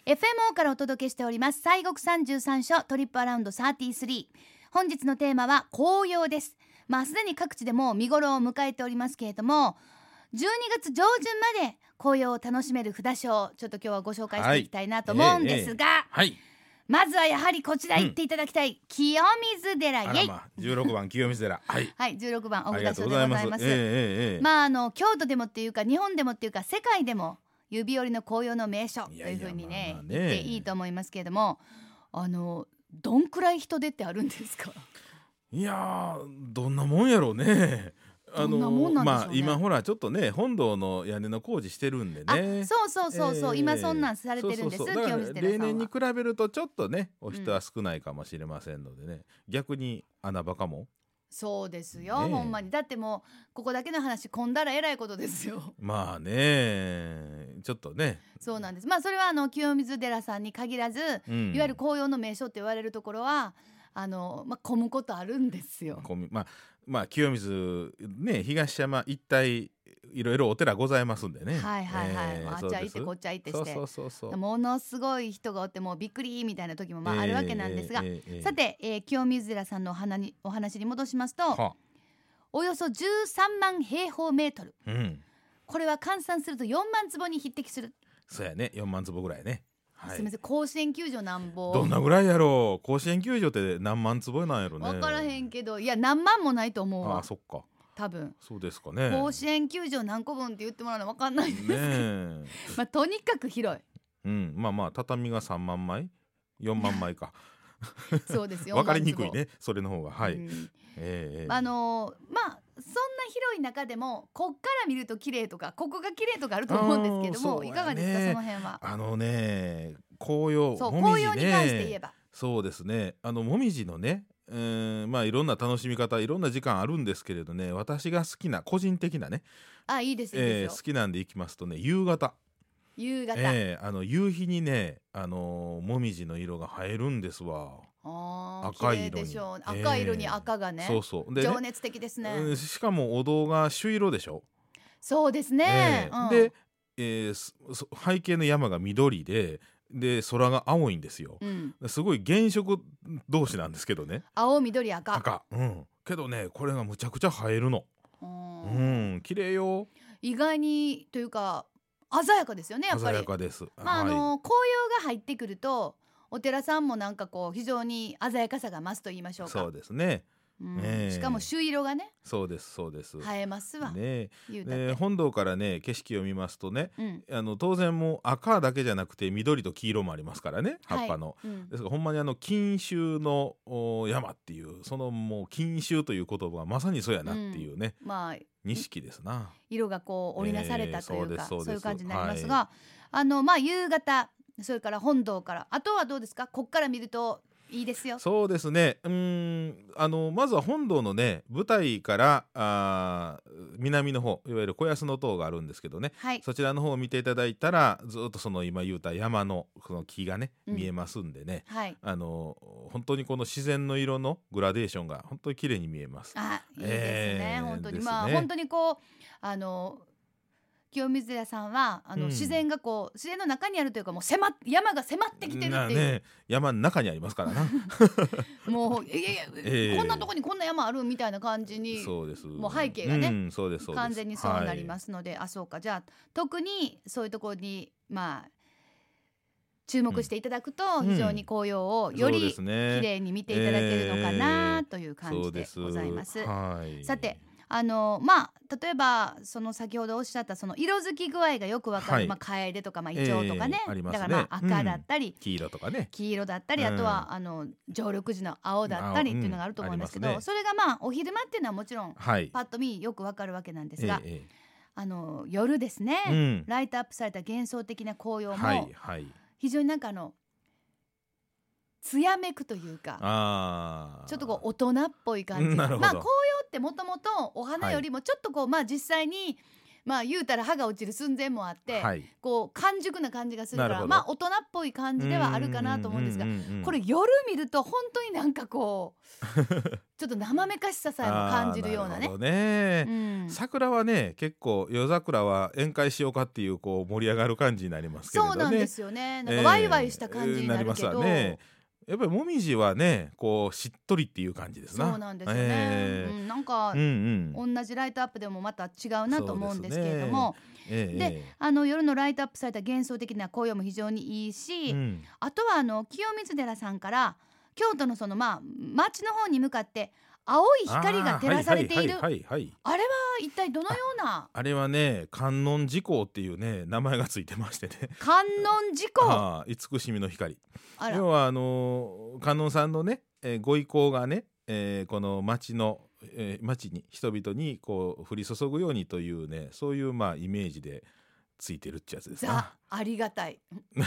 FMO からお届けしております西国33所トリップアラウンド33。本日のテーマは紅葉です。すでに各地でもう見頃を迎えておりますけれども、12月上旬まで紅葉を楽しめる札所をちょっと今日はご紹介していきたいなと思うんですが、まずはやはりこちら行っていただきたい、清水寺。 16番清水寺はい、16番お札所でございます。京都でもっていうか日本でもっていうか世界でも指折りの紅葉の名所というふうにね言っていいと思いますけれども、どんくらい人出ってあるんですか？ いやどんなもんやろうね。今ほらちょっとね本堂の屋根の工事してるんでね。 そう、今そんなんされてるんです。清水寺さんは例年に比べるとちょっとねお人は少ないかもしれませんのでね、逆に穴場かも。 そうですよ、ほんまに。だってもうここだけの話混んだらえらいことですよ。 まあねちょっとね。 そうなんです。それは清水寺さんに限らず、いわゆる紅葉の名所って言われるところは混むことあるんですよ。 清水ね東山一帯いろいろお寺ございますんでね。 あっちゃ行ってこっちゃ行ってしてものすごい人がおってもうびっくりみたいな時もあるわけなんですが、さて、清水寺さんのお話に戻しますと、およそ13万平方メートル、これは換算すると4万坪に匹敵する。 そうやね、4万坪ぐらいね。 すみません、甲子園球場なんぼどんなぐらいやろう。甲子園球場って何万坪なんやろね。 分からへんけど、いや何万もないと思うわ。 そっか、 多分そうですかね。 甲子園球場何個分って言ってもらうの分かんないんですけど、とにかく広い。 畳が3万枚4万枚かそうですよ分かりにくいね、それの方が。そんな広い中でもこっから見ると綺麗とかここが綺麗とかあると思うんですけども、いかがですか、その辺は。 紅葉、 紅葉に関して言えばそうですね、もみじのね、いろんな楽しみ方、いろんな時間あるんですけれどね、私が好きな個人的なね、 いいですよ、 好きなんで行きますとね、夕方、夕日にね、もみじの色が映えるんですわ。赤い色に、 赤色に赤がね、で情熱的ですね。 しかもお堂が朱色でしょ。 そうですね、 で、背景の山が緑で空が青いんですよ、すごい原色同士なんですけどね、 青緑赤、 けどねこれがむちゃくちゃ映えるの。綺麗よ。 意外にというか鮮やかですよね、やっぱり。 鮮やかです。 紅葉が入ってくるとお寺さんも非常に鮮やかさが増すと言いましょうか。 そうですね。 しかも朱色がね、 そうです映えますわね。本堂からね景色を見ますとね、当然もう赤だけじゃなくて緑と黄色もありますからね、葉っぱの、ですからほんまに錦秋の山っていう、そのもう錦秋という言葉はまさにそうやなっていうね、錦ですな。 色が織りなされたというか、そういう感じになりますが、夕方、それから本堂から、あとはどうですか、こっから見るといいですよ。 そうですね、まずは本堂のね舞台から南の方、いわゆる小安の塔があるんですけどね、そちらの方を見ていただいたらずっとその今言うた山のその木がね、見えますんでね、本当にこの自然の色のグラデーションが本当に綺麗に見えます。 いいですね、本当に。本当に清水寺さんは自然が自然の中にあるというか、もう山が迫ってきてるっていう、 山の中にありますからなもうこんなとこにこんな山あるみたいな感じに、もう背景がね、完全にそうなりますので、そうか、じゃあ特にそういうところに注目していただくと、非常に紅葉をより綺麗に見ていただけるのかなという感じでございます。さて、例えばその先ほどおっしゃったその色づき具合がよくわかる、楓とかイチョウとかね、だから赤だったり、黄色とかね、黄色だったり、あとは常緑樹の青だったりっていうのがあると思うんですけど、それがお昼間っていうのはもちろんパッと見よくわかるわけなんですが、夜ですね、ライトアップされた幻想的な紅葉も非常に艶めくというか、ちょっと大人っぽい感じ。紅葉ってもともとお花よりもちょっと実際にまあ言うたら歯が落ちる寸前もあって、 はい、 こう完熟な感じがするから、まあ大人っぽい感じではあるかなと思うんですが、これ夜見ると本当になんかこうちょっと生めかしささえも感じるようなね。 なるほどね、桜はね結構夜桜は宴会しようかっていうこう盛り上がる感じになりますけれどね。 そうなんですよね。なんかワイワイした感じになるけど、 なりますわね。やっぱりもみじはねこうしっとりっていう感じですな。 そうなんですよね、なんか、同じライトアップでもまた違うなと思うんですけれども、で夜のライトアップされた幻想的な紅葉も非常にいいし、あとは清水寺さんから京都のその町の方に向かって青い光が照らされている、あれは一体どのようなあれはね観音寺光っていうね名前がついてましてね。 観音寺光、 慈しみの光。要は観音さんのね、ご意向がね、この町に人々にこう降り注ぐようにというねそういうイメージでついてるってやつですな。 ありがたい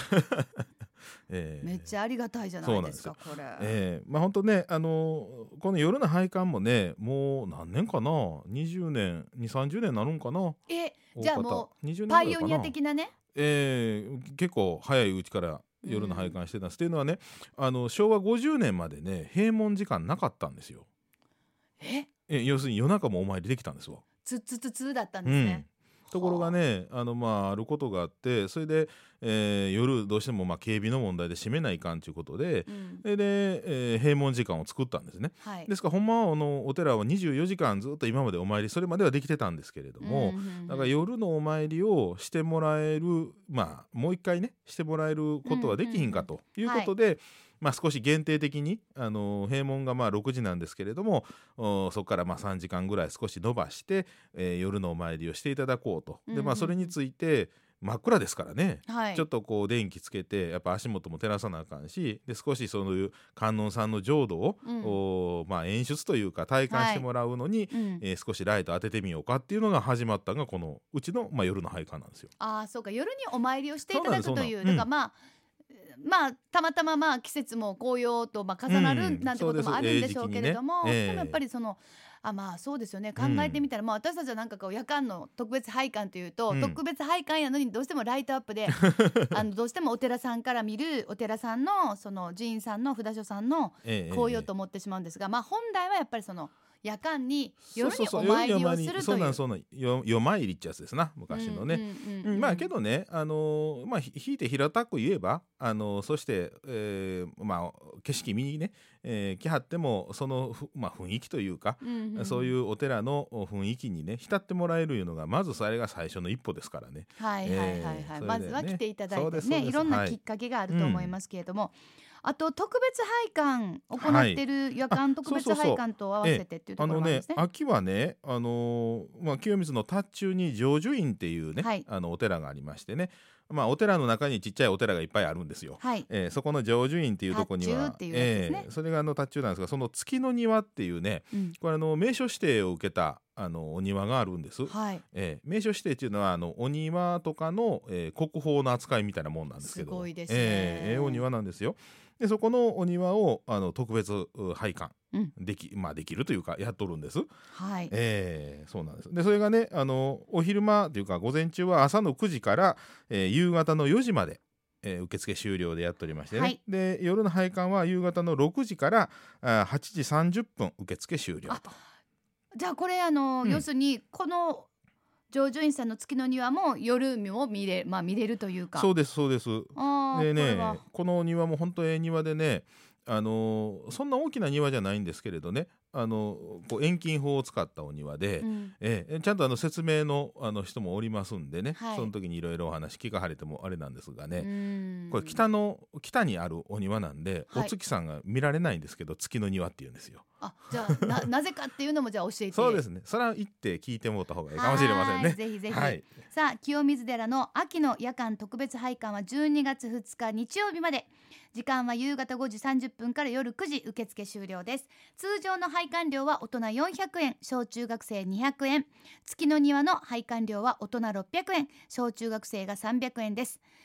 めっちゃありがたいじゃないですかこれ。 本当ねこの夜の拝観もねもう何年かな20年2、30年なるんかな。 じゃあもうパイオニア的なね、 結構早いうちから夜の拝観してたんです、っていうのはね昭和50年までね閉門時間なかったんですよ。要するに夜中もお参りできたんですわ。 つだったんですね、 ところがねあることがあってそれで、夜どうしても警備の問題で閉めないかんということで、閉門時間を作ったんですね、ですからほんまはお寺は24時間ずっと今までお参りそれまではできてたんですけれども、だから夜のお参りをしてもらえるもう一回ねしてもらえることはできひんかということで、少し限定的に閉門が6時なんですけれどもそこから3時間ぐらい少し延ばして、夜のお参りをしていただこうと。でそれについて真っ暗ですからね、ちょっとこう電気つけてやっぱ足元も照らさなあかんしで少しそういう観音さんの浄土を、演出というか体感してもらうのに、少しライト当ててみようかっていうのが始まったのがこのうちの、夜の拝観なんですよ。 そうか夜にお参りをしていただくというだからたまたま季節も紅葉と重なるなんてこともあるんでしょうけれども、でもやっぱりそうですよね。考えてみたら、私たちはなんかこう夜間の特別拝観というと、特別拝観やのにどうしてもライトアップでどうしてもお寺さんから見るお寺さんのその寺院さんの札所さんの紅葉と思ってしまうんですが、本来はやっぱりその夜間に夜にお参りをするという、 夜参りってやつですな昔のね。けどね引いて平たく言えばそして、景色見にね、来はってもその雰囲気というか、そういうお寺の雰囲気にね浸ってもらえるいうのがまずそれが最初の一歩ですからね。 まずは来ていただいてね、いろんなきっかけがあると思いますけれども、あと特別拝観行ってる夜間特別拝観と合わせてっていうところなんですね。 秋はね清水の達中に成就院っていうね、お寺がありましてね、お寺の中にちっちゃいお寺がいっぱいあるんですよ。そこの成就院っていうところにはそれが達中なんですが、その月の庭っていうね、これ名所指定を受けたお庭があるんです。名所指定っていうのはお庭とかの、国宝の扱いみたいなもんなんですけど、 すごいですね、 お庭なんですよ。でそこのお庭を特別拝観できるというかやっとるんです。そうなんです。でそれがねお昼間というか午前中は朝の9時から、夕方の4時まで、受付終了でやっておりましてね、で夜の拝観は夕方の6時から8時30分受付終了と。 じゃあこれ要するにこの成就院さんの月の庭も夜も見れるというか。 そうですそうです。でねこの庭も本当庭でねそんな大きな庭じゃないんですけれどねこう遠近法を使ったお庭で、ちゃんと説明の人もおりますんでね、その時にいろいろお話聞かはれてもあれなんですがね、これ北にあるお庭なんで、お月さんが見られないんですけど月の庭っていうんですよ。 じゃあ なぜかっていうのもじゃあ教えて。 そうですね、それは行って聞いてもらった方がいいかもしれませんね。 ぜひぜひ、さあ清水寺の秋の夜間特別拝観は12月2日日曜日まで。時間は夕方5時30分から夜9時受付終了です。通常の拝観料は大人400円、小中学生200円。月の庭の拝観料は大人600円、小中学生が300円です。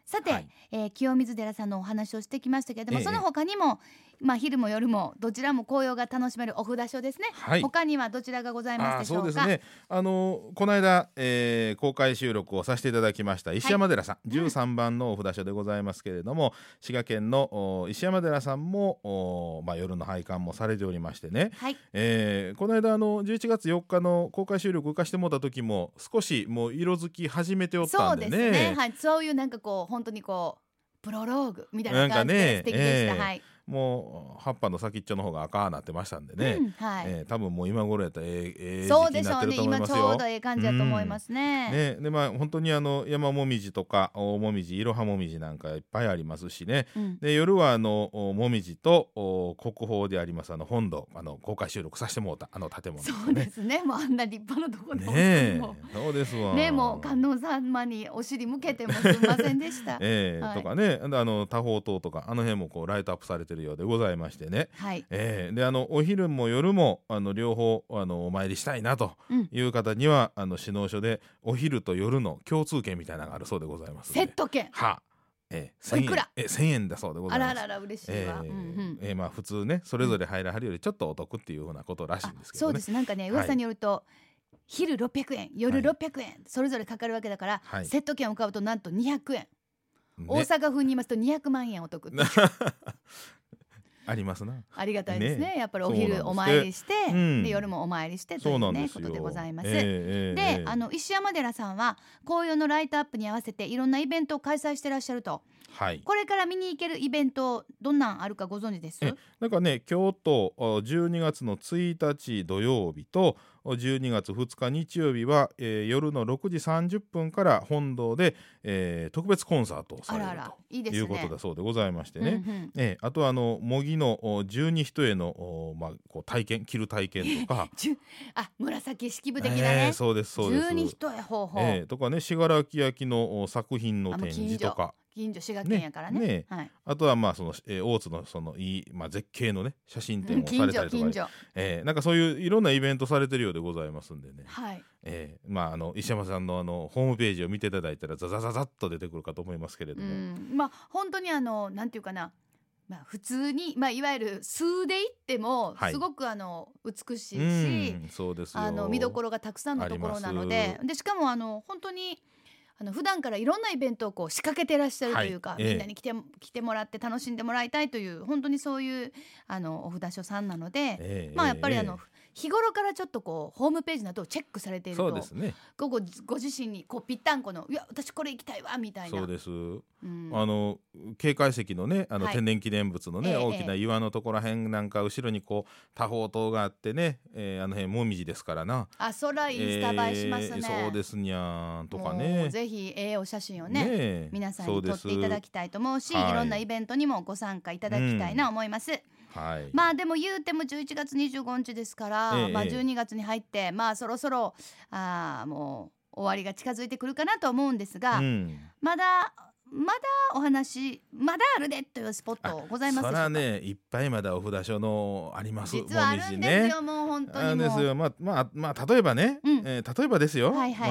さて、清水寺さんのお話をしてきましたけれども、その他にも、昼も夜もどちらも紅葉が楽しめるお札所ですね、他にはどちらがございますでしょうか。 そうですね、この間、公開収録をさせていただきました石山寺さん、13番のお札所でございますけれども、滋賀県の石山寺さんも、夜の拝観もされておりましてね、この間11月4日の公開収録を行かしてもらった時も少しもう色づき始めておったんでね。 そうですね、そういうなんか本当にプロローグみたいな感じで素敵でした。 もう葉っぱの先っちょの方が赤なってましたんでね、多分もう今頃やったら時期になってると思いますよ。 今ちょうど感じだと思いますね。 で本当に山もみじとか大もみじ、いろはもみじなんかいっぱいありますしね、で夜はもみじと国宝であります本堂、公開収録させてもらった建物ですね。 そうですね、もうあんな立派なところでそうですわね、もう観音様にお尻向けてもすみませんでした。 とかね、多宝塔とかあの辺もライトアップされてるようでございましてね、でお昼も夜も両方お参りしたいなという方には、志能書でお昼と夜の共通券みたいなのがあるそうでございます。 セット券おいくら？1000円だそうでございます。 あららら嬉しいわ。 普通ねそれぞれ入らはるよりちょっとお得っていうふうなことらしいんですけどね。 そうです、なんかね噂によると、昼600円夜600円、それぞれかかるわけだから、セット券を買うとなんと200円、大阪風に言いますと200万円お得ってありますな。 ありがたいですね。やっぱりお昼お参りして、で夜もお参りしてというねことでございます。で石山寺さんは紅葉のライトアップに合わせていろんなイベントを開催してらっしゃると。これから見に行けるイベントどんなんあるかご存知です？ なんかね、今日と12月の1日土曜日と12月2日日曜日は、夜の6時30分から本堂で、特別コンサートをされるということだそうでございましてね。あとは模擬の十二一重の、体験、着る体験とか紫式部的なね、 そうですそうです、 十二一重方法、 とかね、信楽焼の作品の展示とか、 近所滋賀県やからね。 あとはその大津のいい絶景のね写真展をされたりとか、なんかそういういろんなイベントされてるようでございますんでね。石山さんのホームページを見ていただいたらザザザザッと出てくるかと思いますけれども、 本当になんていうかな、普通にいわゆる数で行ってもすごく美しいし、見どころがたくさんのところなので、しかも本当に普段からいろんなイベントを仕掛けてらっしゃるというか、みんなに来てもらって楽しんでもらいたいという本当にそういうお札所さんなので、やっぱり日頃からちょっとホームページなどをチェックされていると、ご自身にぴったんこのいや私これ行きたいわみたいな。 そうです、警戒石のね天然記念物のね、大きな岩のところらへんなんか後ろに多宝塔があってね、あの辺もみじですからな。 そらインスタ映えしますね。 そうですにゃーとかね、 ぜひお写真をね皆さんに撮っていただきたいと思うし、いろんなイベントにもご参加いただきたいな思います。でも言うても11月25日ですから、12月に入ってそろそろもう終わりが近づいてくるかなと思うんですが、まだお話まだあるでというスポットございますでしょうか？ そらね、いっぱいまだお札所のあります。 実はあるんですよ、もう本当にもうですよ。例えばね、例えばですよ、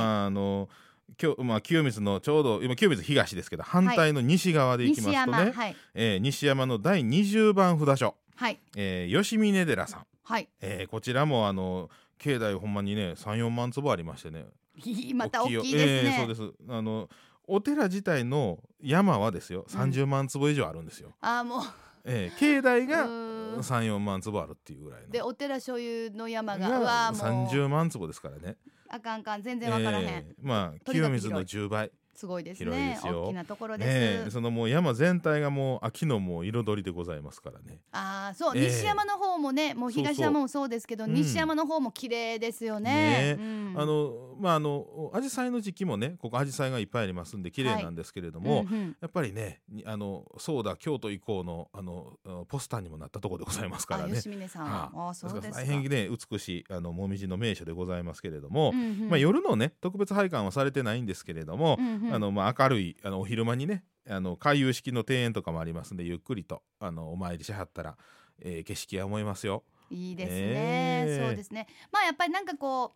清水のちょうど今清水東ですけど反対の西側で行きますとね、西山の第20番札所、吉峰寺さん、こちらも境内ほんまにね 3,4 万坪ありましてね、 また大きいですね。 そうです。お寺自体の山はですよ30万坪以上あるんですよ。 もう境内が3,4 万坪あるっていうぐらいので、 お寺所有の山が 30万坪ですからね。 あかん全然わからへん。 清水の10倍すごいですね。大きなところです。そのもう山全体がもう秋のもう彩りでございますからね。 そう、西山の方もね、もう東山もそうですけど、西山の方も綺麗ですよね。 アジサイの時期もね、ここアジサイがいっぱいありますんで綺麗なんですけれども、やっぱりね、そうだ京都以降のポスターにもなったところでございますからね。 吉峰さんはそうですか。 大変ね美しいもみじの名所でございますけれども、夜のね特別拝観はされてないんですけれども、明るいお昼間にね回遊式の庭園とかもありますんで、ゆっくりとお参りしはったら景色は思いますよ。 いいですね。そうですね。やっぱりなんか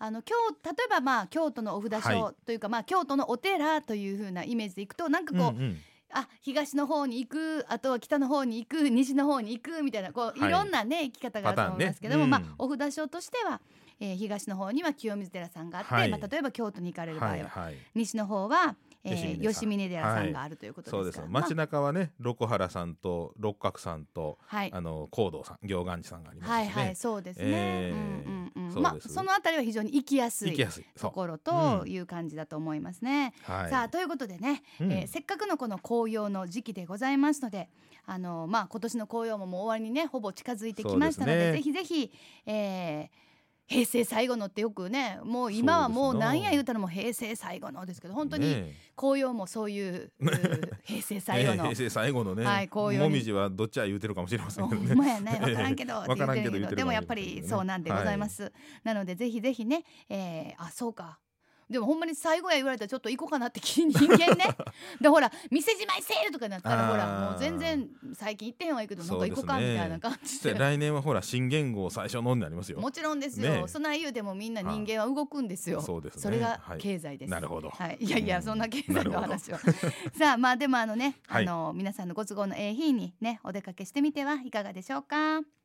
例えば京都のお札所というか、京都のお寺という風なイメージでいくとなんかこう、東の方に行く、あとは北の方に行く、西の方に行くみたいな、こういろんなね行き方があると思いますけども、お札所としては、東の方には清水寺さんがあって、例えば京都に行かれる場合は、西の方は吉峰寺さんがあるということですから、 街中はね六原さんと六角さんと、弘道さん、行願寺さんがありますしね。 そうですね。そのあたりは非常に行きやすいところという感じだと思いますね。さあということでね、せっかくのこの紅葉の時期でございますので、今年の紅葉ももう終わりにねほぼ近づいてきましたので、ぜひぜひ、平成最後のってよくね、もう今はもう何や言うたらもう平成最後のですけど、本当に紅葉もそういう平成最後の平成最後のね、紅葉もみじはどっちは言うてるかもしれませんけどね。 ほんまやね、分からんけどって言ってるけど、でもやっぱりそうなんでございます。なのでぜひぜひね、そうか。でもほんまに最後や言われたらちょっと行こうかなって人間ねでほら店じまいセールとかなったらほらもう全然最近行ってへんはいいけどなんか行こうかみたいな感じで、 来年はほら新元号最初のになりますよ。 もちろんですよ、そんな言うてもみんな人間は動くんですよ。それが経済です。 なるほど。 いやいやそんな経済の話はさあでも皆さんのご都合のいい日にねお出かけしてみてはいかがでしょうか。